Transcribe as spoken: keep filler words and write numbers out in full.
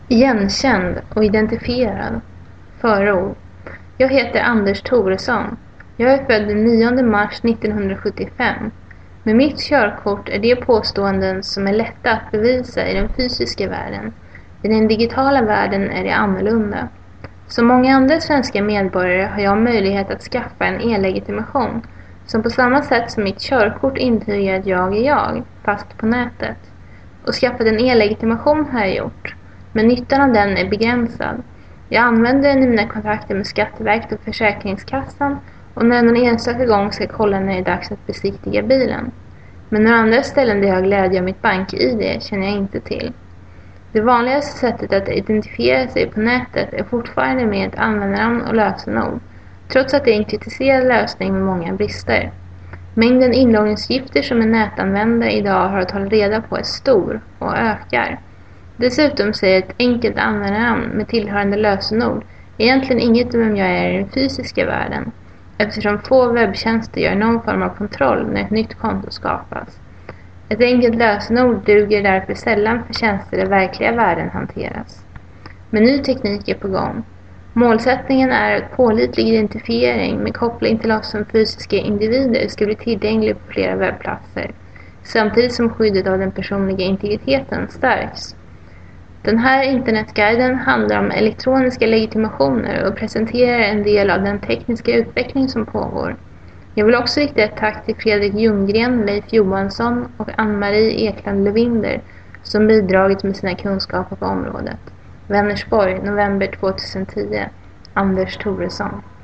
Igenkänd och identifierad. Förord. Jag heter Anders Thoresson. Jag är född den nionde mars nittonhundrasjuttiofem. Med mitt körkort är det påståenden som är lätta att bevisa i den fysiska världen. I den digitala världen är det annorlunda. Som många andra svenska medborgare har jag möjlighet att skaffa en e-legitimation som på samma sätt som mitt körkort intygar att jag är jag, fast på nätet. Och skaffat en e-legitimation har jag gjort. Men nyttan av den är begränsad. Jag använder den i mina kontakter med Skatteverket och Försäkringskassan och när någon enstaka gång ska kolla när det är dags att besiktiga bilen. Men några andra ställen där jag har glädje av mitt bank-I D känner jag inte till. Det vanligaste sättet att identifiera sig på nätet är fortfarande med ett användarnamn och lösenord, trots att det är en kritiserad lösning med många brister. Mängden inloggningsgifter som en nätanvändare idag har att hålla reda på är stor och ökar. Dessutom säger ett enkelt användarnamn med tillhörande lösenord egentligen inget om vem jag är i den fysiska världen, eftersom få webbtjänster gör någon form av kontroll när ett nytt konto skapas. Ett enkelt lösenord duger därför sällan för tjänster där verkliga värden hanteras. Men ny teknik är på gång. Målsättningen är att pålitlig identifiering med koppling till oss som fysiska individer ska bli tillgänglig på flera webbplatser, samtidigt som skyddet av den personliga integriteten stärks. Den här internetguiden handlar om elektroniska legitimationer och presenterar en del av den tekniska utveckling som pågår. Jag vill också rikta ett tack till Fredrik Ljunggren, Leif Johansson och Ann-Marie Ekland Levinder som bidragit med sina kunskaper på området. Vänersborg, november tjugohundratio. Anders Thoresson.